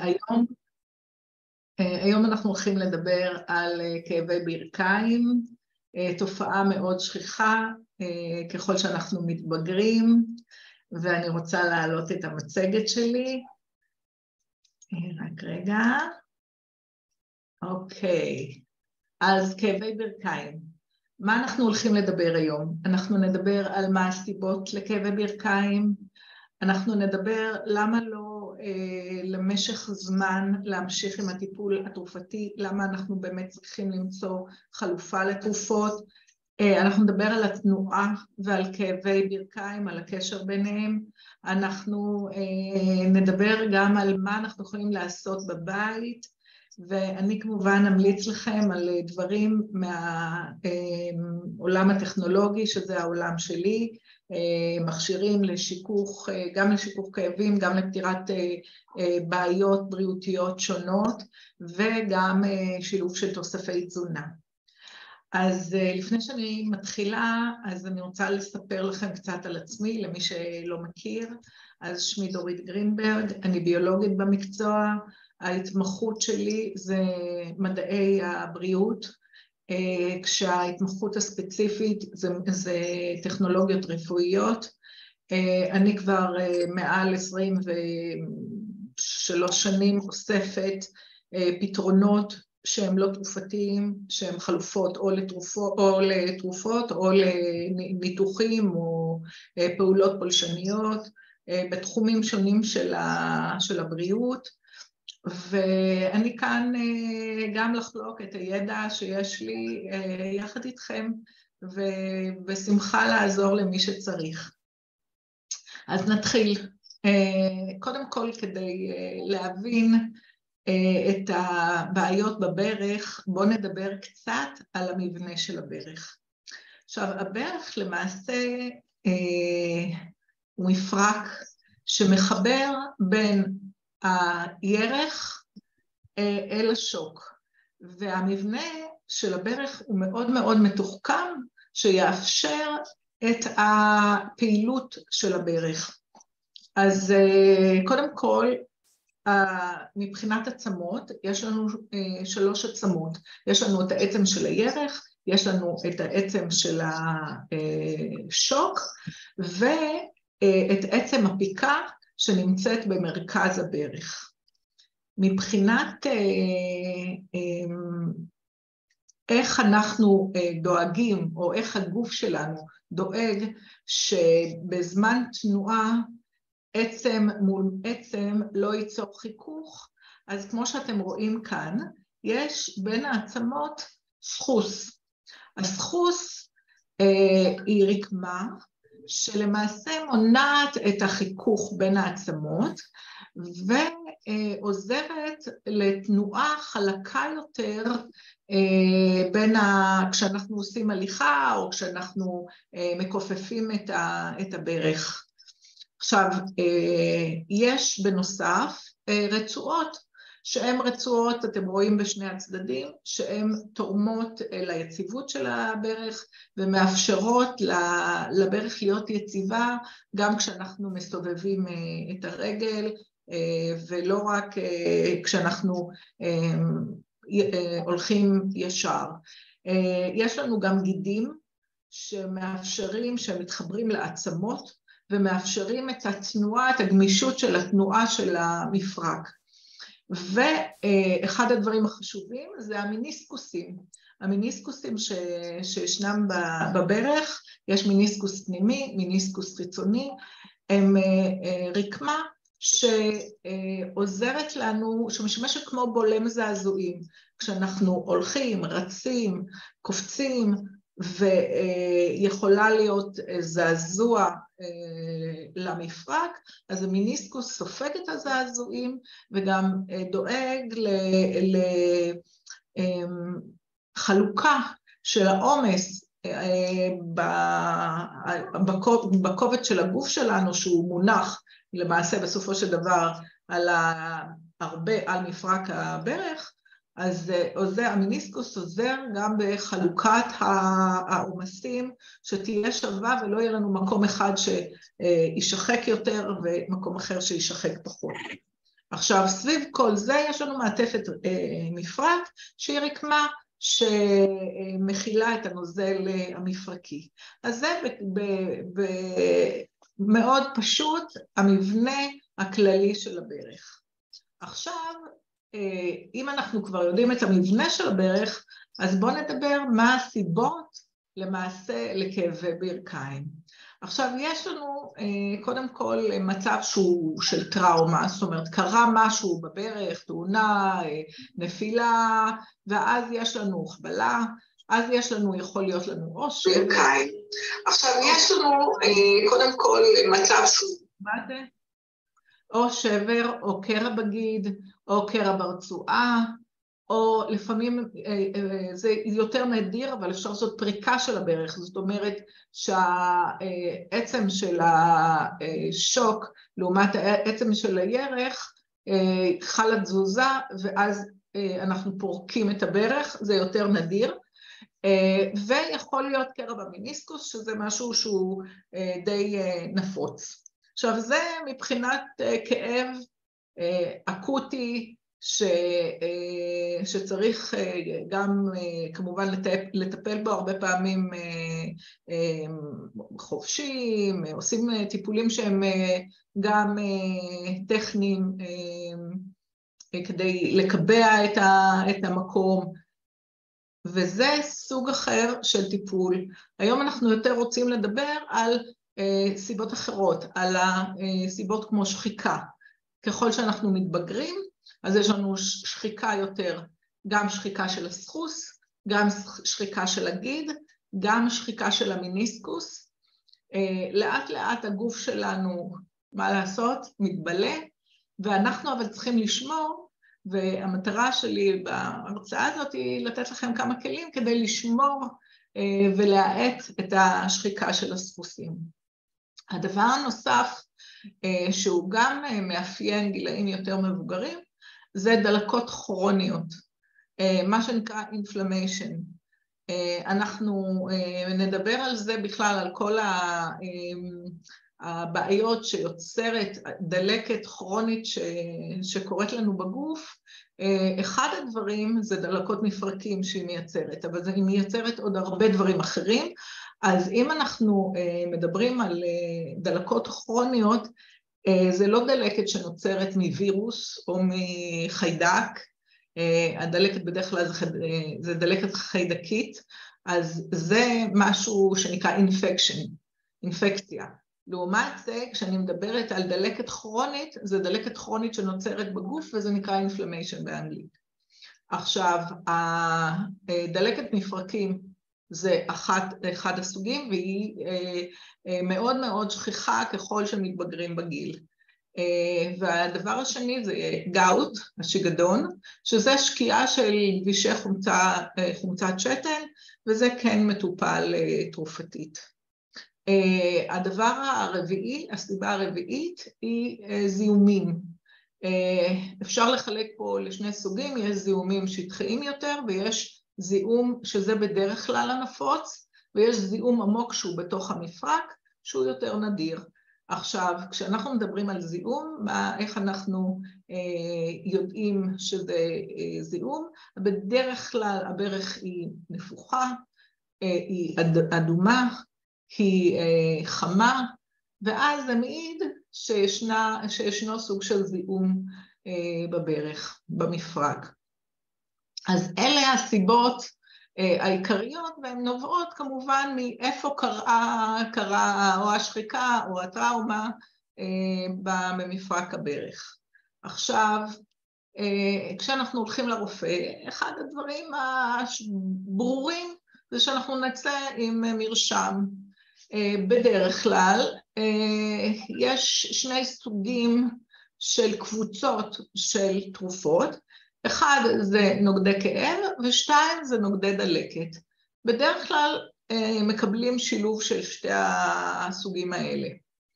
היום אנחנו הולכים לדבר על כאבי ברכיים, תופעה מאוד שכיחה ככל שאנחנו מתבגרים, ואני רוצה להעלות את המצגת שלי. רק רגע. אוקיי, אז כאבי ברכיים. מה אנחנו הולכים לדבר היום? אנחנו נדבר על מה הסיבות לכאבי ברכיים, אנחנו נדבר למה לא למשך זמן להמשיך עם הטיפול התרופתי, למה אנחנו באמת צריכים למצוא חלופה לתרופות, אנחנו נדבר על התנועה ועל כאבי ברכיים, על הקשר ביניהם, אנחנו נדבר גם על מה אנחנו יכולים לעשות בבית, ואני כמובן אמליץ לכם על דברים מהעולם הטכנולוגי, שזה העולם שלי, מכשירים לשיכוך, גם לשיכוך כאבים, גם לפתירת בעיות בריאותיות שונות, וגם שילוב של תוספי תזונה. אז לפני שאני מתחילה, אז אני רוצה לספר לכם קצת על עצמי, למי שלא מכיר. אז שמי דורית גרינברג, אני ביולוגית במקצוע, ההתמחות שלי זה מדעי הבריאות, כשההתמחות הספציפית זה טכנולוגיות רפואיות. אני כבר מעל 23 שנים אוספת פתרונות שהם לא תרופתיים, שהם חלופות או לתרופות או לניתוחים או פעולות פולשניות, בתחומים שונים של הבריאות. ואני כאן גם לחלוק את הידע שיש לי יחד איתכם, ובשמחה לעזור למי שצריך. אז נתחיל. קודם כל, כדי להבין את הבעיות בברך, בואו נדבר קצת על המבנה של הברך. עכשיו, הברך למעשה הוא מפרק שמחבר בין הירך אל השוק, והמבנה של הברך הוא מאוד מאוד מתוחכם, שיאפשר את הפעילות של הברך. אז קודם כל, מבחינת עצמות, יש לנו 3 עצמות. יש לנו את העצם של הירך, יש לנו את העצם של השוק, ואת עצם הפיקה שנמצאת במרכז הברך. מבחינת איך אנחנו דואגים, או איך הגוף שלנו דואג, שבזמן תנועה עצם מול עצם לא ייצור חיכוך, אז כמו שאתם רואים כאן, יש בין העצמות סחוס. הסחוס היא רקמה שלמעשה מונעת את החיכוך בין העצמות, ועוזרת לתנועה חלקה יותר כשאנחנו עושים הליכה, או כשאנחנו מכופפים את הברך. עכשיו, יש בנוסף רצועות, שהן רצועות, אתם רואים בשני הצדדים, שהן תורמות ליציבות של הברך, ומאפשרות לברך להיות יציבה, גם כשאנחנו מסובבים את הרגל, ולא רק כשאנחנו הולכים ישר. יש לנו גם גידים שמאפשרים, שמתחברים לעצמות, ומאפשרים את התנועה, את הגמישות של התנועה של המפרק. ואחד הדברים החשובים זה המיניסקוסים. המיניסקוסים שישנם בברך, יש מיניסקוס פנימי, מיניסקוס חיצוני, הם רקמה שעוזרת לנו, שמשמשת כמו בולם זעזועים. כשאנחנו הולכים, רצים, קופצים, ויכולה להיות זעזוע למפרק, אז המיניסקוס סופג את הזעזועים, וגם דואג לחלוקה של העומס בכובד של הגוף שלנו, שהוא מונח למעשה בסופו של דבר על מפרק הברך, אז המיניסקוס עוזר גם בחלוקת העומסים, שתהיה שווה ולא יהיה לנו מקום אחד שישחק יותר ומקום אחר שישחק פחות. עכשיו, סביב כל זה יש לנו מעטפת מפרק שהיא רקמה שמכילה את הנוזל המפרקי. אז זה מאוד פשוט המבנה הכללי של הברך. עכשיו, אם אנחנו כבר יודעים את המבנה של הברך, אז בואו נדבר מה הסיבות למעשה לכאבי ברכיים. עכשיו, יש לנו קודם כל מצב שהוא של טראומה, זאת אומרת, קרה משהו בברך, תאונה, נפילה, ואז יש לנו חבלה, אז יש לנו, יכול להיות לנו או שבר. ברכיים. עכשיו, יש לנו קודם כל מצב שהוא... מה זה? או שבר, או קרע בגיד, או קרע ברצועה, או לפעמים זה יותר נדיר, אבל אפשר לעשות פריקה של הברך, זאת אומרת שהעצם של השוק לעומת העצם של הירך חלה תזוזה, ואז אנחנו פורקים את הברך, זה יותר נדיר, ויכול להיות קרע במיניסקוס, שזה משהו שהוא די נפוץ. עכשיו זה מבחינת כאב אקוטי, שצריך גם כמובן לטפל בו הרבה פעמים חופשים, עושים טיפולים שהם גם טכניים כדי לקבע את המקום, וזה סוג אחר של טיפול. היום אנחנו יותר רוצים לדבר על סיבות אחרות, על הסיבות כמו שחיקה. ככל שאנחנו מתבגרים, אז יש לנו שחיקה יותר, גם שחיקה של הסחוס, גם שחיקה של הגיד, גם שחיקה של המיניסקוס. לאט לאט הגוף שלנו, מה לעשות, מתבלה, ואנחנו אבל צריכים לשמור, והמטרה שלי בהרצאה הזאת היא לתת לכם כמה כלים כדי לשמור ולהאט את השחיקה של הסחוסים. הדבר הנוסף שהוא גם מאפיין גילאים יותר מבוגרים, זה דלקות כרוניות, מה שנקרא inflammation. אנחנו נדבר על זה בכלל, על כל הבעיות שיוצרת דלקת כרונית שקורית לנו בגוף. אחד הדברים זה דלקות מפרקים שהיא מייצרת, אבל היא מייצרת עוד הרבה דברים אחרים. אז אם אנחנו מדברים על דלקות כרוניות, זה לא דלקת שנוצרת מווירוס או מחיידק, הדלקת בדרך כלל זה דלקת חיידקית, אז זה משהו שנקרא אינפקציה. לעומת זה, כשאני מדברת על דלקת כרונית, זה דלקת כרונית שנוצרת בגוף, וזה נקרא inflammation באנגלית. עכשיו, הדלקת מפרקים זה אחד הסוגים, והיא מאוד מאוד שכיחה ככל שמתבגרים בגיל. והדבר השני זה גאוט, השיגדון, שזה שקיעה של גבישי חומצת שתן, וזה כן מטופל תרופתית. הדבר הרביעי, הסיבה הרביעית היא זיהומים. אפשר לחלק פה לשני סוגים, יש זיהומים שטחיים יותר, ויש זיהום שזה בדרך כלל הנפוץ, ויש זיהום עמוק שהוא בתוך המפרק, שהוא יותר נדיר. עכשיו, כשאנחנו מדברים על זיהום, איך אנחנו יודעים שזה זיהום? בדרך כלל הברך היא נפוחה, היא אדומה, היא חמה, ואז זה מעיד שישנו סוג של זיהום בברך, במפרק. אז אלה הסיבות העיקריות, והן נובעות כמובן מאיפה קרה או השחיקה או הטראומה במפרק הברך. עכשיו, כשאנחנו הולכים לרופא, אחד הדברים הברורים זה שאנחנו נצא עם מרשם. בדרך כלל יש שני סוגים של קבוצות של תרופות, אחד זה נוגדי כאב ושתיים זה נוגדי דלקת. בדרך כלל מקבלים שילוב של שתי הסוגים האלה.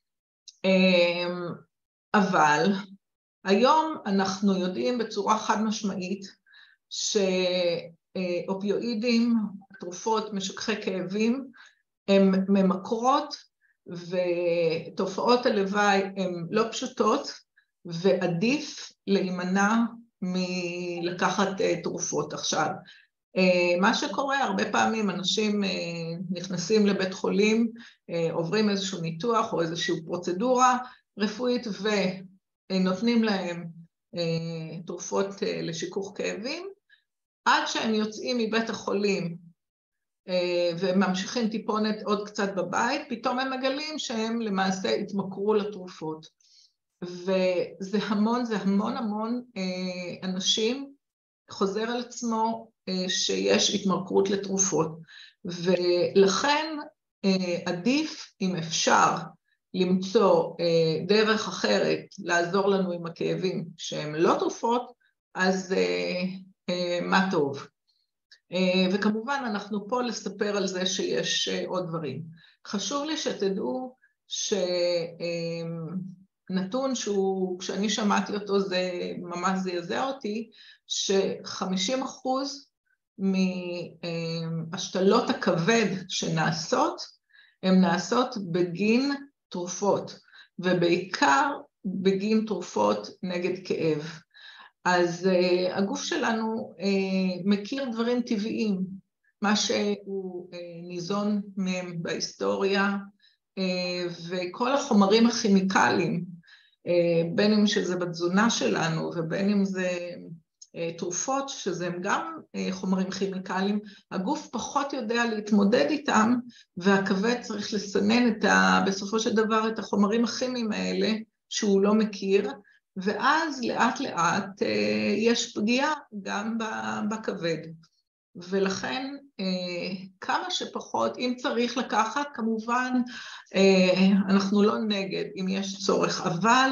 אבל היום אנחנו יודעים בצורה חד משמעית שאופיואידים, תרופות משככי כאבים, הן ממכרות ותופעות הלוואי הן לא פשוטות, ועדיף להימנע מלקחת תרופות. עכשיו, מה שקורה, הרבה פעמים אנשים נכנסים לבית חולים, עוברים איזשהו ניתוח או איזושהי פרוצדורה רפואית ונותנים להם תרופות לשיכוך כאבים, עד שהם יוצאים מבית החולים וממשיכים טיפונת עוד קצת בבית, פתאום הם מגלים שהם למעשה התמכרו לתרופות. וזה המון אנשים, חוזר על עצמו שיש התמכרות לתרופות, ולכן עדיף אם אפשר למצוא דרך אחרת לעזור לנו עם הכאבים שהם לא תרופות, אז מה טוב. וכמובן אנחנו פה לספר על זה שיש עוד דברים. חשוב לי שתדעו שנתון שהוא, כשאני שמעתי אותו זה ממש זעזע אותי, ש50% מהשתלות הכבד שנעשות, הן נעשות בגין תרופות, ובעיקר בגין תרופות נגד כאב. אז הגוף שלנו מכיר דברים טבעיים, מה שהוא ניזון מהם בהיסטוריה, וכל החומרים הכימיקליים, בין אם שזה בתזונה שלנו ובין אם זה תרופות, שזה הם גם חומרים כימיקליים, הגוף פחות יודע להתמודד איתם, והכבד צריך לסנן בסופו של דבר את החומרים הכימיים האלה שהוא לא מכיר, ואז לאט לאט יש פגיעה גם בכבד. ולכן כמה שפחות, אם צריך לקחת, כמובן אנחנו לא נגד אם יש צורך, אבל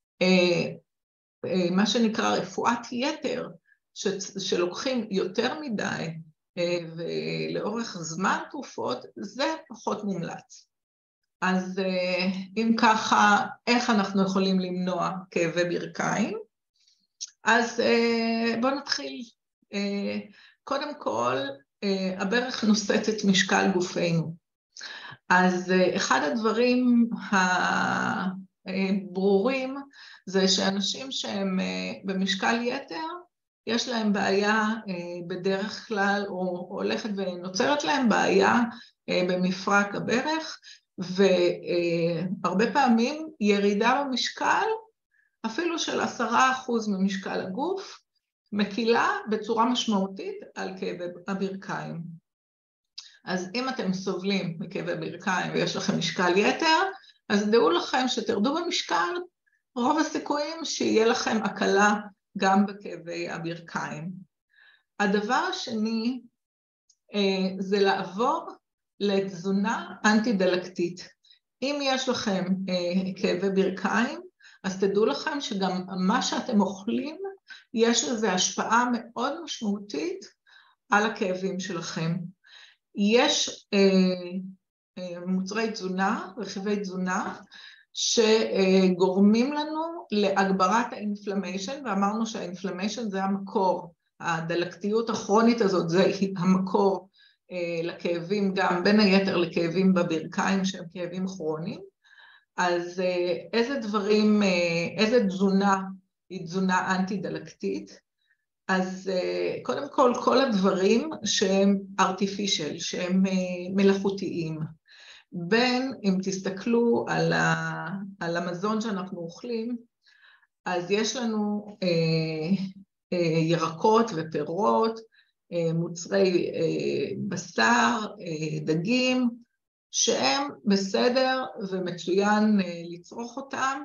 מה שנקרא רפואת יתר, שלוקחים יותר מדי ולאורך זמן תרופות, זה פחות מומלץ. אז אם ככה, איך אנחנו יכולים למנוע כאבי ברכיים? אז בואו נתחיל. קודם כל, הברך נושאת את משקל גופנו. אז אחד הדברים הברורים זה שאנשים שהם במשקל יתר, יש להם בעיה בדרך כלל, או הולכת ונוצרת להם בעיה במפרק הברך, והרבה פעמים ירידה במשקל, אפילו של 10% ממשקל הגוף, מקילה בצורה משמעותית על כאבי הברכיים. אז אם אתם סובלים מכאבי ברכיים ויש לכם משקל יתר, אז דעו לכם שתרדו במשקל, רוב הסיכויים שיהיה לכם הקלה גם בכאבי הברכיים. הדבר השני זה לעבור לתזונה אנטי-דלקתית. אם יש לכם כאבי ברכיים, אז תדעו לכם שגם מה שאתם אוכלים, יש לזה השפעה מאוד משמעותית על הכאבים שלכם. יש מוצרי תזונה, רכיבי תזונה, שגורמים לנו להגברת האינפלמיישן, ואמרנו שהאינפלמיישן זה המקור, הדלקתיות הכרונית הזאת זה המקור לכאבים, גם בין היתר לכאבים בברכיים שהם כאבים כרוניים. אז איזה תזונה היא תזונה אנטי-דלקתית? אז קודם כל, כל הדברים שהם artificial, שהם מלאכותיים, בין אם תסתכלו על המזון שאנחנו אוכלים, אז יש לנו ירקות ופירות, מוצרי בשר, דגים, שהם בסדר ומצוין לצרוך אותם,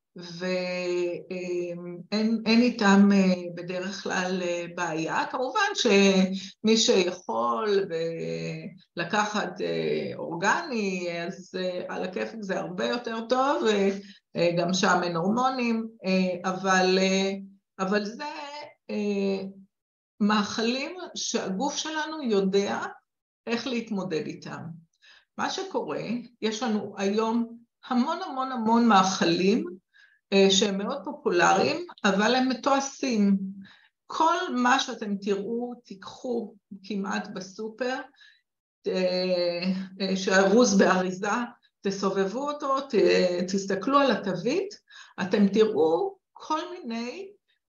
ואין איתם בדרך כלל בעיה. כמובן שמי שיכול לקחת אורגני, אז על הכיפק זה הרבה יותר טוב, גם שם אין הורמונים, אבל זה מאכלים שהגוף שלנו יודע איך להתמודד איתם. מה שקורה, יש לנו היום המון מאכלים שהם מאוד פופולריים, אבל הם מתועשים. כל מה שאתם תראו, תיקחו כמעט בסופר, שארוז באריזה, תסובבו אותו, תסתכלו על התווית, אתם תראו כל מיני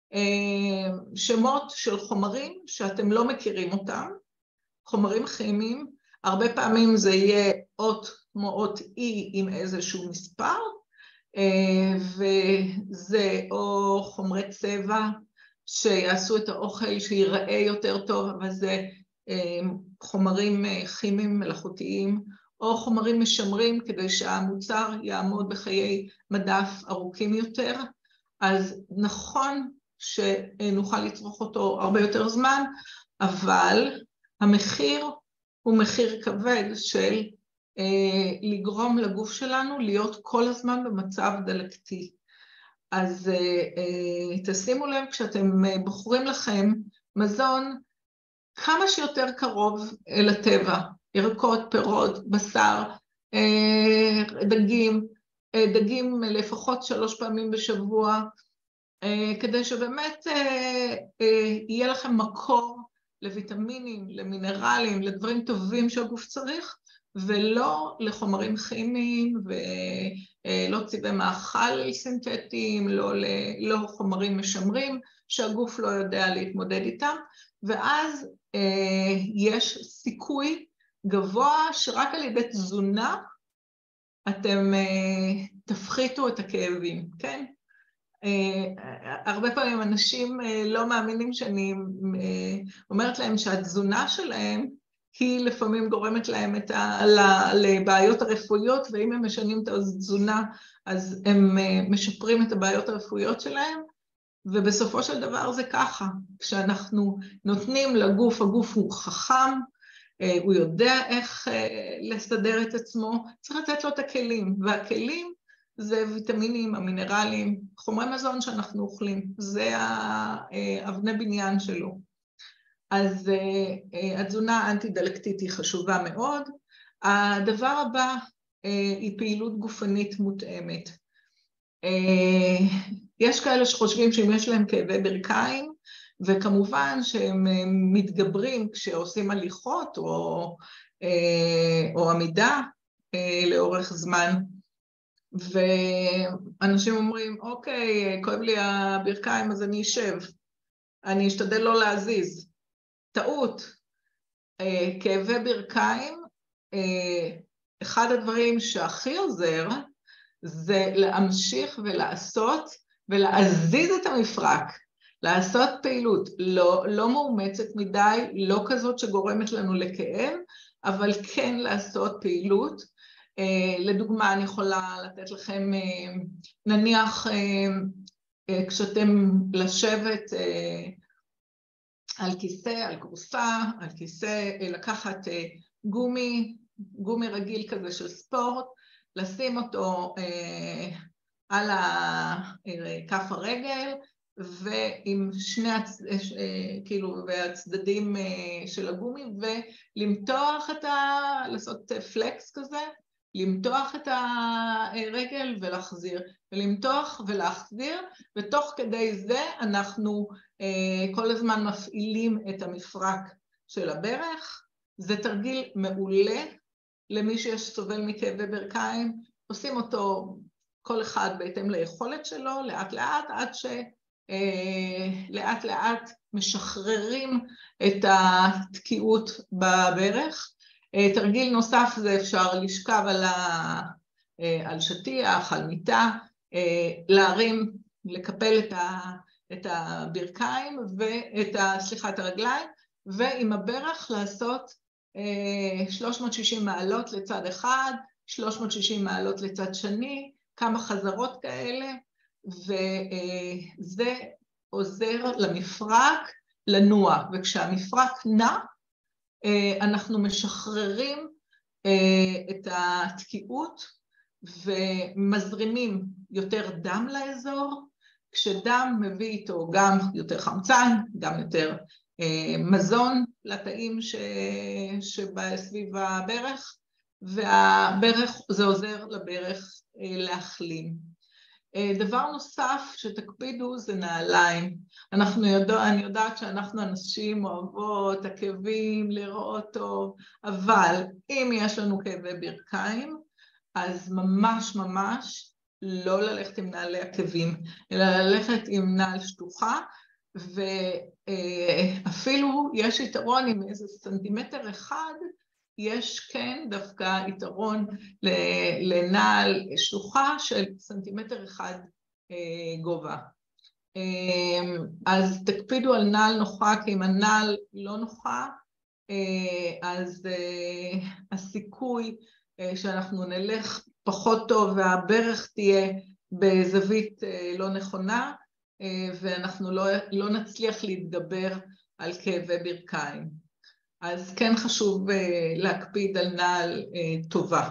שמות של חומרים שאתם לא מכירים אותם, חומרים כימיים, הרבה פעמים זה יהיה אות כמו אות E עם איזשהו מספר, וזה או חומרי צבע שיעשו את האוכל שיראה יותר טוב, אבל זה חומרים כימיים מלאכותיים, או חומרים משמרים כדי שהמוצר יעמוד בחיי מדף ארוכים יותר. אז נכון שנוכל לצרוך אותו הרבה יותר זמן, אבל המחיר הוא מחיר כבד של לגרום לגוף שלנו להיות כל הזמן במצב דלקתי. אז תשימו לב כשאתם בוחרים לכם מזון כמה שיותר קרוב אל הטבע, ירקות, פירות, בשר, דגים לפחות 3 פעמים בשבוע, כדי שבאמת יהיה לכם מקור לויטמינים, למינרלים, לדברים טובים שהגוף צריך, ולא לחומרים כימיים ולא צבעי מאכל סינתטיים, לא חומרים משמרים שהגוף לא יודע להתמודד איתם, ואז יש סיכוי גבוה שרק על ידי תזונה אתם תפחיתו את הכאבים, כן? הרבה פעמים אנשים לא מאמינים שאני אומרת להם שהתזונה שלהם היא לפעמים גורמת להם לבעיות הרפואיות, ואם הם משנים את התזונה אז הם משפרים את הבעיות הרפואיות שלהם, ובסופו של דבר זה ככה, כשאנחנו נותנים לגוף, הגוף הוא חכם, הוא יודע איך לסדר את עצמו, צריך לתת לו את הכלים, והכלים זה ויטמינים, המינרלים, חומרי מזון שאנחנו אוכלים, זה האבני בניין שלו. אז התזונה האנטי-דלקתית היא חשובה מאוד. הדבר הבא היא פעילות גופנית מותאמת. יש כאלה שחושבים שאם יש להם כאבי ברכיים, וכמובן שהם מתגברים כשעושים הליכות או עמידה לאורך זמן, ואנשים אומרים, אוקיי, כואב לי הברכיים, אז אני אשב, אני אשתדל לא להזיז. טעות. כאבי ברכיים, אחד הדברים שהכי עוזר, זה להמשיך ולעשות ולהזיז את המפרק, לעשות פעילות, לא מאומצת מדי, לא כזאת שגורמת לנו לכאב, אבל כן לעשות פעילות. לדוגמה, אני יכולה לתת לכם, נניח, כשאתם לשבת על כיסא, על כורסה, על כיסא, לקחת גומי רגיל כזה של ספורט, לשים אותו על כף הרגל, ועם שני והצדדים של הגומי, ולמתוח לעשות פלקס כזה, למתוח את הרגל ולהחזיר, ולמתוח ולהחזיר, ותוך כדי זה אנחנו כל הזמן מפעילים את המפרק של הברך. זה תרגיל מעולה למי שיש סובל מכאבי ברכיים, עושים אותו כל אחד בהתאם ליכולת שלו, לאט לאט, עד שלאט לאט משחררים את התקיעות בברך. תרגיל נוסף זה אפשר לשכב על שטיח, על מיטה, להרים, לקפל את הברכיים את הרגליים, ועם הברך לעשות 360 מעלות לצד אחד, 360 מעלות לצד שני, כמה חזרות כאלה, וזה עוזר למפרק לנוע, וכשהמפרק נע, אנחנו משחררים את התקיעות ומזרימים יותר דם לאזור, כשדם מביא איתו גם יותר חמצן, גם יותר מזון לתאים שבסביב הברך, והברך, זה עוזר לברך להחלים. דבר נוסף שתקפידו זה נעליים. אני יודעת שאנחנו אנשים אוהבות, עקבים, לראות טוב, אבל אם יש לנו כאבי ברכיים, אז ממש ממש לא ללכת עם נעלי עקבים, אלא ללכת עם נעל שטוחה, ואפילו יש יתרון עם איזה סנטימטר אחד, יש כן דווקא יתרון לנעל שטוחה של סנטימטר אחד גובה. אז תקפידו על נעל נוחה, כי אם הנעל לא נוחה, אז הסיכוי שאנחנו נלך פחות טוב והברך תהיה בזווית לא נכונה, ואנחנו לא נצליח להתגבר על כאבי ברכיים. אז כן חשוב להקפיד על נעל טובה.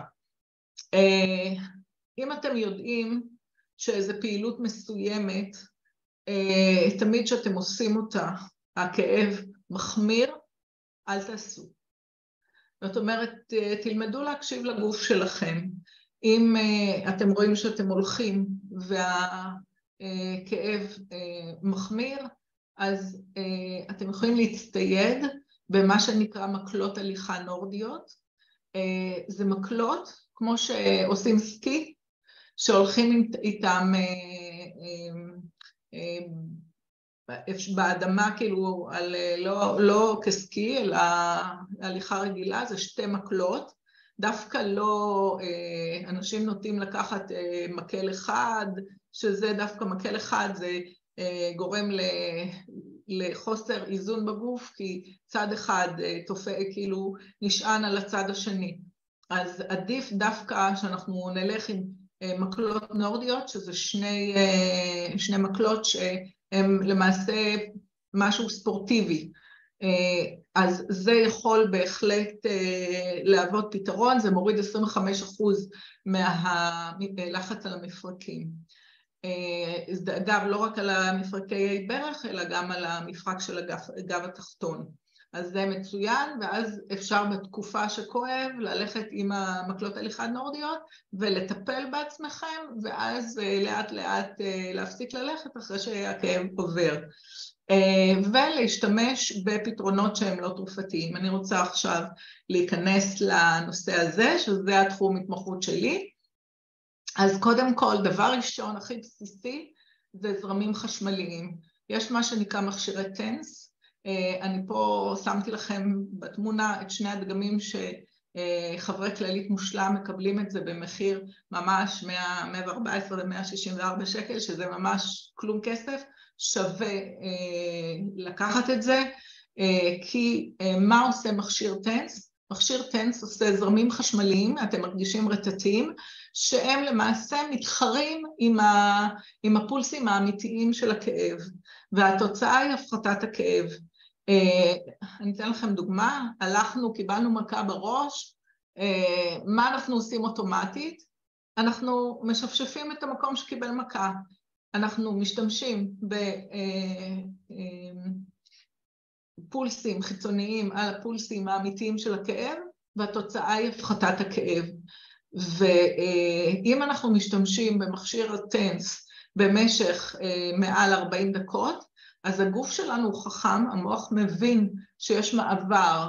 אם אתם יודעים שאיזו פעילות מסוימת, תמיד שאתם עושים אותה, הכאב מחמיר, אל תעשו. זאת אומרת, תלמדו להקשיב לגוף שלכם. אם אתם רואים שאתם הולכים והכאב מחמיר, אז אתם יכולים להצטייד במה שנקרא מקלות הליכה נורדיות. זה מקלות, כמו שעושים סקי, שהולכים איתם באדמה, כאילו, לא כסקי, אלא הליכה רגילה, זה שתי מקלות. דווקא לא, אנשים נוטים לקחת מקל אחד, שזה דווקא מקל אחד, זה גורם לחוסר איזון בגוף, כי צד אחד כאילו נשען על הצד השני. אז עדיף דווקא שאנחנו נלך עם מקלות נורדיות, שזה שני מקלות שהם למעשה משהו ספורטיבי. אז זה יכול בהחלט להוות פתרון, זה מוריד 25% מהלחץ על המפרקים. אגב, לא רק על המפרקי ברך, אלא גם על המפרק של הגב התחתון. אז זה מצוין, ואז אפשר בתקופה שכואב ללכת עם המקלות הליכה נורדיות ולטפל בעצמכם, ואז לאט לאט להפסיק ללכת אחרי שהכאב עובר. ולהשתמש בפתרונות שהם לא תרופתיים. אני רוצה עכשיו להיכנס לנושא הזה, שזה התחום התמחות שלי. אז קודם כל, דבר ראשון הכי בסיסי, זה זרמים חשמליים. יש מה שנקרא מכשירי טנס. אני פה שמתי לכם בתמונה את שני הדגמים שחברי כללית מושלם מקבלים את זה במחיר ממש 114 ל-164 שקל, שזה ממש כלום כסף, שווה לקחת את זה, כי מה עושה מכשיר טנס? מכשיר טנס עושה זרמים חשמליים, אתם מרגישים רטטים, שהם למעשה מתחרים עם הפולסים האמיתיים של הכאב, והתוצאה היא הפחתת הכאב. אני אתן לכם דוגמה, הלכנו, קיבלנו מכה בראש, מה אנחנו עושים אוטומטית? אנחנו משפשפים את המקום שקיבל מכה, אנחנו משתמשים בפולסים חיצוניים על הפולסים האמיתיים של הכאב, והתוצאה היא הפחתת הכאב. ואם אנחנו משתמשים במכשיר הטנס במשך מעל 40 דקות, אז הגוף שלנו הוא חכם, המוח מבין שיש מעבר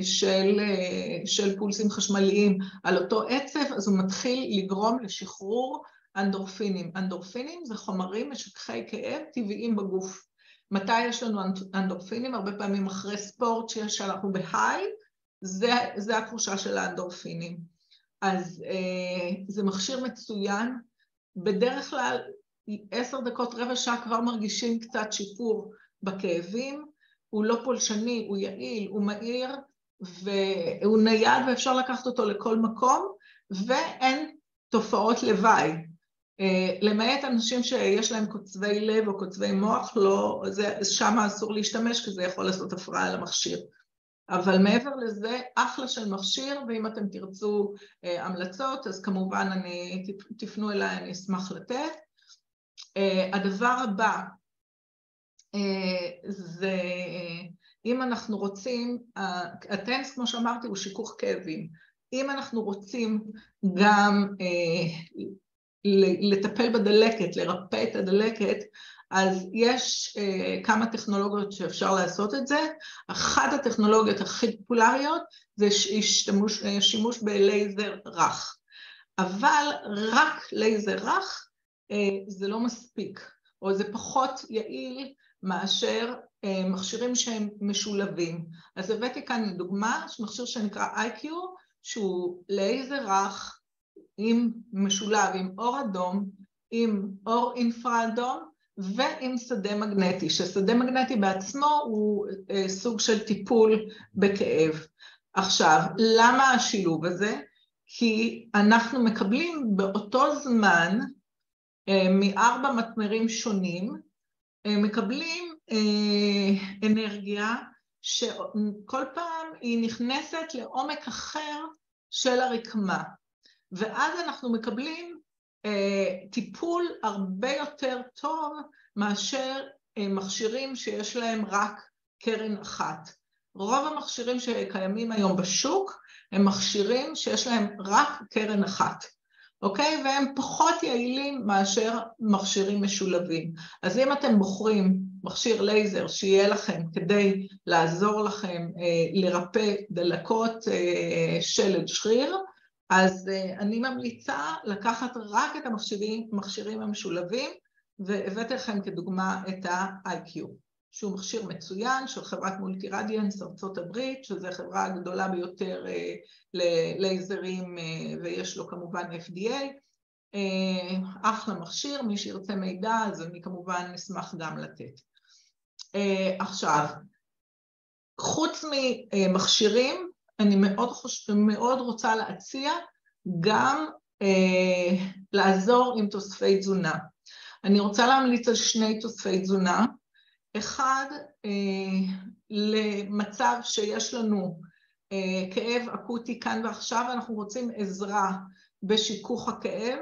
של פולסים חשמליים על אותו עצב, אז הוא מתחיל לגרום לשחרור אנדורפינים. אנדורפינים זה חומרים משככי כאב טבעיים בגוף. מתי יש לנו אנדורפינים? הרבה פעמים אחרי ספורט שאנחנו בהיי, זה התחושה של האנדורפינים. אז זה מכשיר מצוין, בדרך כלל 10 דקות, רבע שעה כבר מרגישים קצת שיפור בכאבים, הוא לא פולשני, הוא יעיל, הוא מהיר, והוא נייד ואפשר לקחת אותו לכל מקום, ואין תופעות לוואי. למעט אנשים שיש להם קוצבי לב או קוצבי מוח, לא, שם אסור להשתמש, כי זה יכול לעשות הפרעה למכשיר. אבל מעבר לזה, אחלה של מכשיר, ואם אתם תרצו המלצות, אז כמובן תפנו אליי, אני אשמח לתת. הדבר הבא, זה אם אנחנו רוצים, הטנס כמו שאמרתי הוא שיכוך כאבים, אם אנחנו רוצים גם לטפל בדלקת, לרפא את הדלקת, אז יש כמה טכנולוגיות שאפשר לעשות את זה. אחת הטכנולוגיות הכי פופולריות זה שימוש בלייזר רך, אבל רק לייזר רך זה לא מספיק, או זה פחות יעיל מאשר מכשירים שהם משולבים. אז הבאתי כאן לדוגמה מכשיר שנקרא IQ, שהוא לייזר רך עם משולב עם אור אדום, עם אור אינפרה אדום ועם שדה מגנטי, ששדה מגנטי בעצמו הוא סוג של טיפול בכאב. עכשיו, למה השילוב הזה? כי אנחנו מקבלים באותו זמן מ4 מתמרים שונים, מקבלים אנרגיה שכל פעם היא נכנסת לעומק אחר של הרקמה, ואז אנחנו מקבלים טיפול הרבה יותר טוב מאשר מכשירים שיש להם רק קרן אחת. רוב המכשירים שקיימים היום בשוק הם מכשירים שיש להם רק קרן אחת. אוקיי? והם פחות יעילים מאשר מכשירים משולבים. אז אם אתם בוחרים מכשיר לייזר שיהיה לכם כדי לעזור לכם לרפא דלקות שלד שריר, אז אני ממליצה לקחת רק את המכשירים המשולבים, והבאתי לכם כדוגמה את ה-IQ, שהוא מכשיר מצוין של חברת מולטי רדיאנס ארצות הברית, שזו חברה הגדולה ביותר ללייזרים, ויש לו כמובן FDA. אחלה מכשיר, מי שירצה מידע, אז אני כמובן נשמח גם לתת. עכשיו, חוץ ממכשירים, אני מאוד רוצה להציע גם לעזור עם תוספי תזונה. אני רוצה להמליץ על 2 תוספי תזונה. אחד, למצב שיש לנו כאב אקוטי כאן ועכשיו, ואנחנו רוצים עזרה בשיכוך הכאב.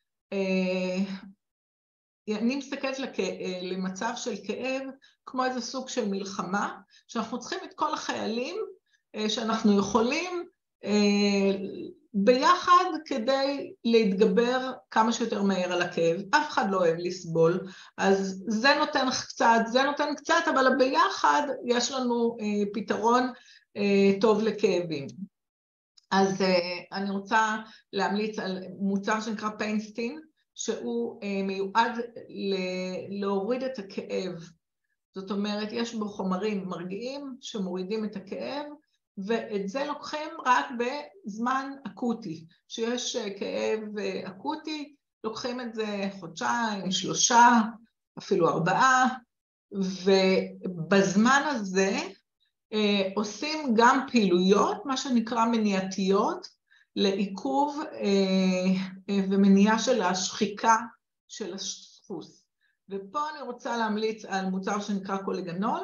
אני מסתכלת למצב של כאב כמו איזה סוג של מלחמה, שאנחנו צריכים את כל החיילים שאנחנו יכולים ביחד כדי להתגבר כמה שיותר מהר על הכאב. אף אחד לא אוהב לסבול, אז זה נותן קצת, זה נותן קצת, אבל ביחד יש לנו פתרון טוב לכאבים. אז אני רוצה להמליץ על מוצר שנקרא פיינסטין, שהוא מיועד להוריד את הכאב. זאת אומרת, יש בו חומרים מרגיעים שמורידים את הכאב, ואת זה לוקחים רק בזמן אקוטי. שיש כאב אקוטי, לוקחים את זה חודשיים, 3, אפילו 4, ובזמן הזה עושים גם פעילויות, מה שנקרא מניעתיות, לעיכוב ומניעה של השחיקה של הסחוס. ופה אני רוצה להמליץ על מוצר שנקרא קולגנול,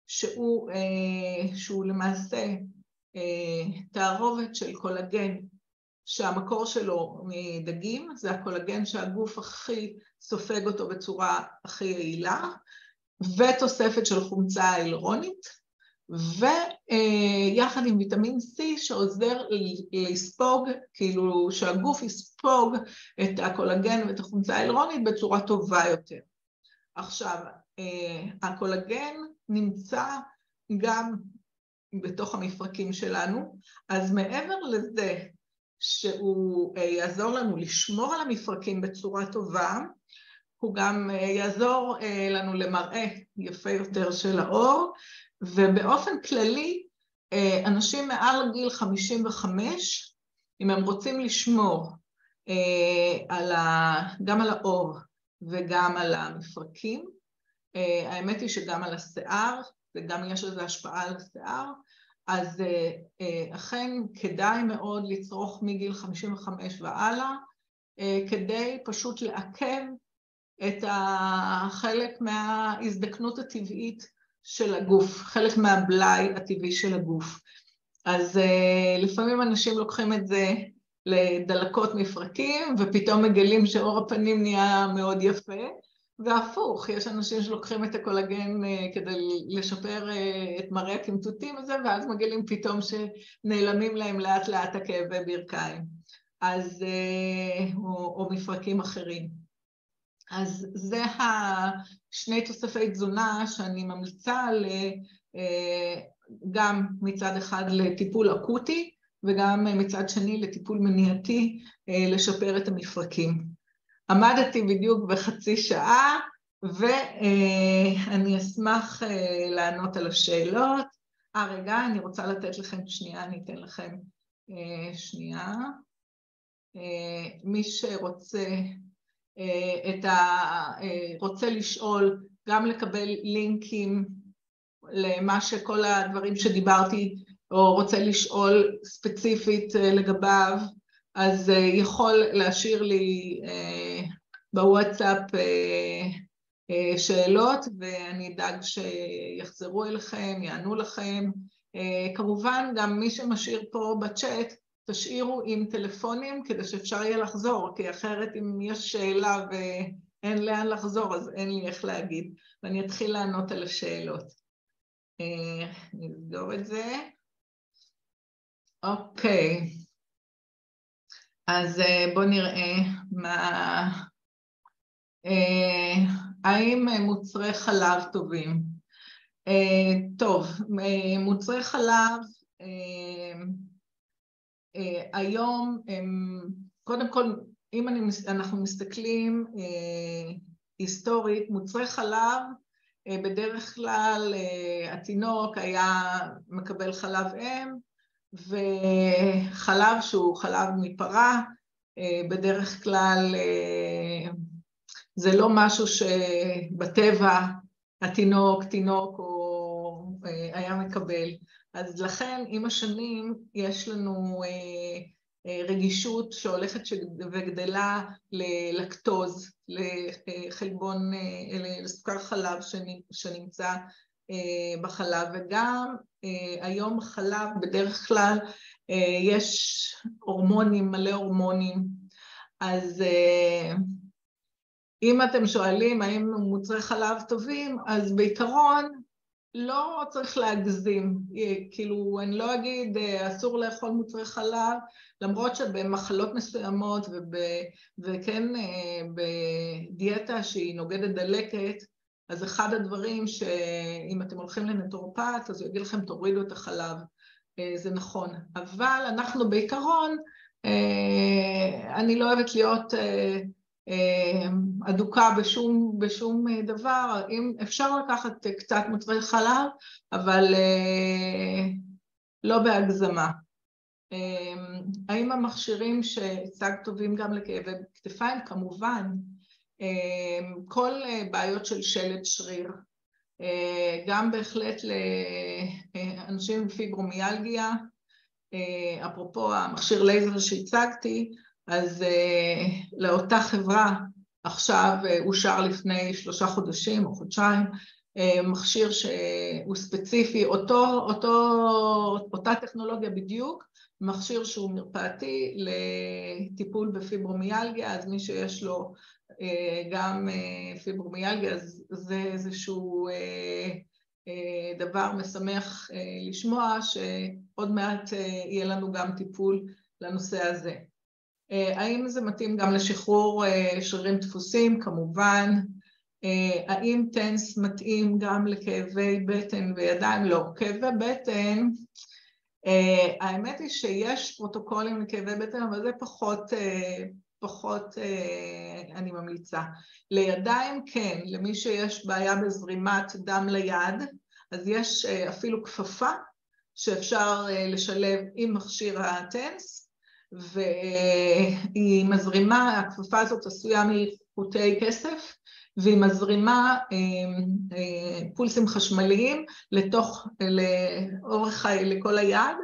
שהוא למעשה תערובת של קולגן, שהמקור שלו מדגים, זה הקולגן שהגוף הכי סופג אותו בצורה הכי יעילה, ותוספת של חומצה הילרונית, ויחד עם ויטמין C שעוזר לספוג, כאילו שהגוף יספוג את הקולגן ואת החומצה ההילרונית בצורה טובה יותר. עכשיו, הקולגן נמצא גם בתוך המפרקים שלנו, אז מעבר לזה שהוא יעזור לנו לשמור על המפרקים בצורה טובה, הוא גם יעזור לנו למראה יפה יותר של האור, ובאופן כללי, אנשים מעל גיל 55, אם הם רוצים לשמור גם על האור וגם על המפרקים, האמת היא שגם על השיער, וגם יש לזה השפעה על השיער, אז אכן כדאי מאוד לצרוך מגיל 55 והלאה, כדי פשוט לעכב את החלק מההזדקנות הטבעית של הגוף, חלק מהבלאי הטבעי של הגוף. אז לפעמים אנשים לוקחים את זה לדלקות מפרקים, ופתאום מגלים שאור הפנים נהיה מאוד יפה, והפוך, יש אנשים שלוקחים את הקולגן כדי לשפר את מראה הקמטוטים הזה, ואז מגלים פתאום שנעלמים להם לאט לאט הכאבי ברכיים, אז, או מפרקים אחרים. אז זה 2 תוספי תזונה שאני ממליצה גם מצד אחד לטיפול אקוטי, וגם מצד שני לטיפול מניעתי לשפר את המפרקים. עמדתי בדיוק בחצי שעה, ואני אשמח לענות על השאלות. רגע, אני רוצה לתת לכם שנייה, אני אתן לכם שנייה. מי שרוצה רוצה לשאול, גם לקבל לינקים למה שכל הדברים שדיברתי, או רוצה לשאול ספציפית לגביו, אז יכול להשאיר לי בוואטסאפ שאלות, ואני אדאג שיחזרו אליכם, יענו לכם. כמובן, גם מי שמשאיר פה בצ'אט, תשאירו עם טלפונים כדי שאפשר יהיה לחזור, כי אחרת אם יש שאלה ואין לאן לחזור, אז אין לי איך להגיד. ואני אתחיל לענות על השאלות. נסגור את זה. אוקיי. אז בואו נראה מה... האם מוצרי חלב טובים? טוב, מוצרי חלב היום, קודם כל, אם אנחנו מסתכלים היסטורית, מוצרי חלב, בדרך כלל התינוק היה מקבל חלב אם, וחלב שהוא חלב מפרה, בדרך כלל זה לא משהו שבטבע תינוק או היה מקבל. אז לכן עם השנים יש לנו רגישות שהולכת וגדלה ללקטוז, לחלבון, לסוכר חלב שנמצא בחלב, וגם היום בחלב בדרך כלל יש הורמונים, מלא הורמונים, אז אם אתם שואלים האם מוצרי חלב טובים, אז בעיקרון לא צריך להגזים, כאילו אני לא אגיד אסור לאכול מוצרי חלב, למרות שבמחלות מסוימות וכן בדיאטה שהיא נוגדת דלקת, אז אחד הדברים שאם אתם הולכים לנטורופט, אז הוא יגיד לכם תורידו את החלב, זה נכון. אבל אנחנו בעיקרון, אני לא אוהבת להיות אדוקה בשום דבר, אם אפשר לקחת קצת מוצרי חלב, אבל לא בהגזמה. האם המכשירים שהצג טובים גם לכאבי כתפיים? כמובן, כל בעיות של שלד שריר, גם בהחלט לאנשים עם פיברומיאלגיה, אפרופו המכשיר לייזר שהצגתי, אז לאותה חברה עכשיו אושר לפני 3 חודשים או חודשיים, מכשיר שהוא ספציפי, אותה טכנולוגיה בדיוק, מכשיר שהוא מרפאתי לטיפול בפיברומיאלגיה, אז מי שיש לו גם פיברומיאלגיה, אז זה איזשהו דבר משמח לשמוע, שעוד מעט יהיה לנו גם טיפול לנושא הזה. האם זה מתאים גם לשחרור שרירים דפוסים? כמובן. האם טנס מתאים גם לכאבי בטן וידיים? לא. כאבי בטן, האמת היא שיש פרוטוקולים לכאבי בטן, אבל זה פחות אני ממליצה. לידיים כן, למי שיש בעיה בזרימת דם ליד, אז יש אפילו כפפה שאפשר לשלב עם מכשיר הטנס, והיא מזרימה, הכפפה הזאת עשויה מחוטי כסף, והיא מזרימה פולסים חשמליים לאורך לכל היד,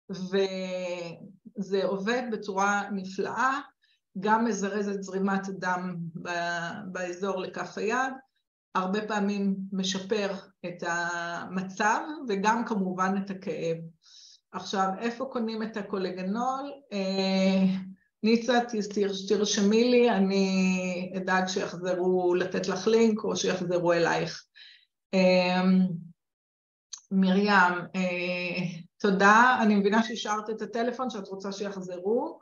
וזה עובד בצורה נפלאה, גם מזרז את זרימת דם באזור לכף היד, הרבה פעמים משפר את המצב, וגם כמובן את הכאב. עכשיו, איפה קונים את הקולגנול? ניצה, תרשמי לי, אני אדאג שיחזרו לתת לך לינק, או שיחזרו אלייך. מרים, תודה, אני מבינה שהשארת את הטלפון, שאת רוצה שיחזרו.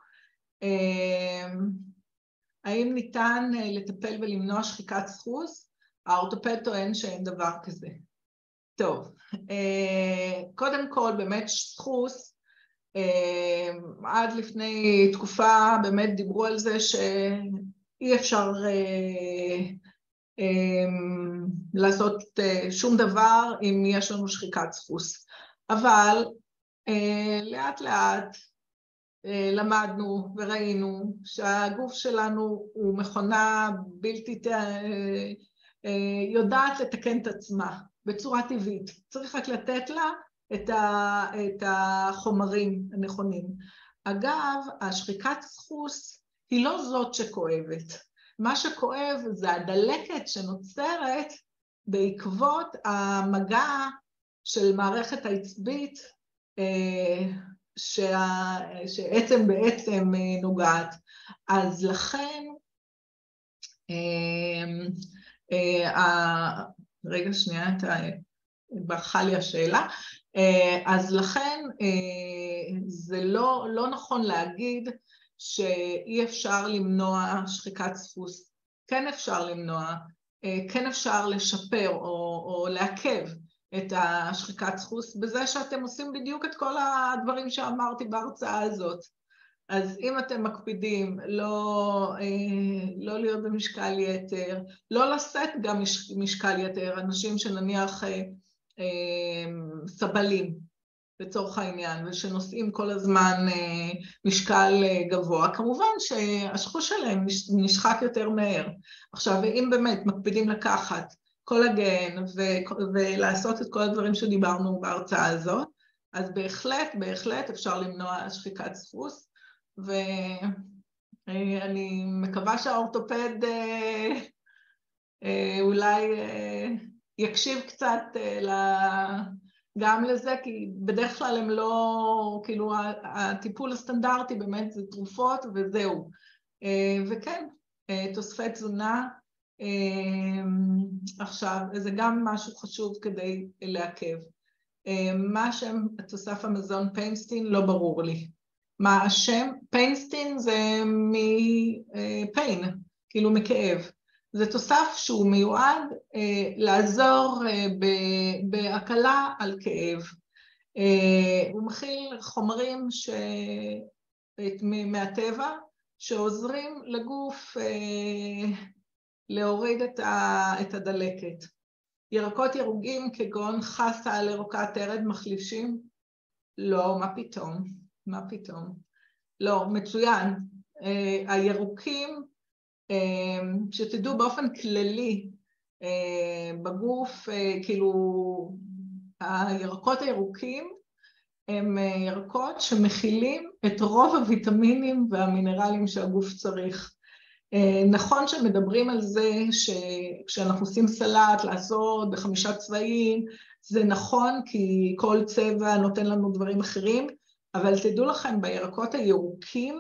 האם ניתן לטפל ולמנוע שחיקת סחוס? האורתופד טוען שאין דבר כזה. טוב, קודם כל באמת סחוס, עד לפני תקופה באמת דיברו על זה אי אפשר לעשות שום דבר אם יש לנו שחיקת דפוס. אבל לאט לאט למדנו וראינו שהגוף שלנו הוא מכונה בלתי יודעת לתקן את עצמה בצורה טבעית. צריך רק לתת לה את החומרים הנכונים. אגב, השחיקת דפוס היא לא זאת שכואבת. מה שכואב זה הדלקת שנוצרת בעקבות המגע של מערכת העצבית שעצם בעצם נוגעת. אז לכן, רגע שנייה, ברחה לי השאלה, אז לכן זה לא נכון להגיד שאי אפשר למנוע שחיקת דפוס. כן אפשר למנוע, כן אפשר לשפר או לעכב את השחיקת דפוס בזה שאתם עושים בדיוק את כל הדברים שאמרתי בהרצאה הזאת. אז אם אתם מקפידים לא להיות במשקל יתר, לא לשאת גם משקל יתר, אנשים שנניח סבלים לצורך העניין, ושנושאים כל הזמן משקל גבוה, כמובן שהשחוש שלהם נשחק יותר מהר. עכשיו, אם באמת מקפידים לקחת קולגן ולעשות את כל הדברים שדיברנו בהרצאה הזאת, אז בהחלט אפשר למנוע שחיקת דפוס, ואני מקווה שהאורתופד אולי יקשיב קצת גם לזה, כי בדרך כלל הם לא, כאילו הטיפול הסטנדרטי באמת זה תרופות וזהו. וכן, תוספי תזונה, עכשיו, זה גם משהו חשוב כדי לעכב. מה השם תוסף המזון פיינסטין? לא ברור לי. מה השם? פיינסטין זה מפיין, כאילו מכאב. זה תוסף שהוא מיועד לעזור בהקלה על כאב. הוא מכיל חומרים מהטבע שעוזרים לגוף להוריד את הדלקת. ירקות ירוגים כגון חסה לירוקת תרד מחלישים? לא, מה פתאום? מה פתאום? לא, מצוין. הירוקים, שתדעו באופן כללי בגוף, כאילו הירקות הירוקים הם ירקות שמכילים את רוב הוויטמינים והמינרלים שהגוף צריך. נכון שמדברים על זה שכשאנחנו עושים סלט לעשות ב5 צבעים, זה נכון כי כל צבע נותן לנו דברים אחרים, אבל תדעו לכם בירקות הירוקים,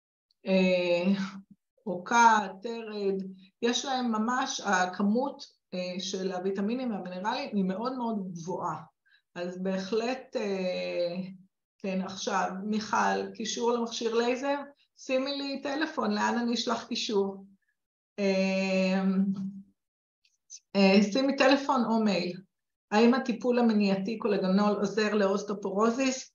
עוקה, תרד, יש להם ממש, הכמות של הוויטמינים והמינרלים היא מאוד מאוד גבוהה. אז בהחלט, כן, עכשיו, מיכל, קישור למכשיר לייזר, שימי לי טלפון, לאן אני אשלח קישור? שימי טלפון או מייל. האם הטיפול המניעתי קולגנול עוזר לאוסטאופורוזיס?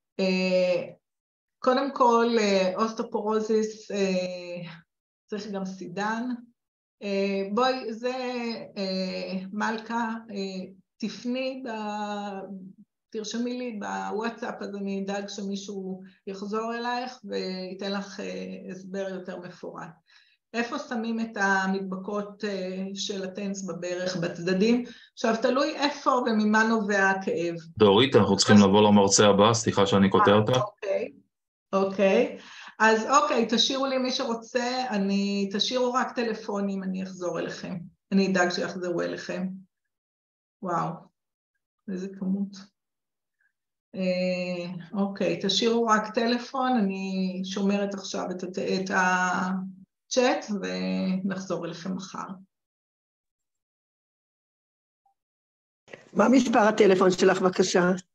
קודם כל, אוסטאופורוזיס צריך גם סידן. בואי, זה מלכה, תפני, תרשמי לי בוואטסאפ, אז אני אדאג שמישהו יחזור אלייך וייתן לך הסבר יותר מפורט. איפה שמים את המדבקות של הטנס בברך, בצדדים? עכשיו, תלוי איפה וממה נובע הכאב. דורית, אנחנו צריכים לבוא למרצה הבא, סליחה שאני קוטע אותך. אוקיי. אז אוקיי, תשאירו לי מי שרוצה, תשאירו רק טלפונים, אני אחזור אליכם. אני אדאג שיחזרו אליכם. וואו, איזה כמות. אוקיי, תשאירו רק טלפון, אני שומרת עכשיו את הצ'אט ונחזור אליכם מחר. מה מספר הטלפון שלך בבקשה?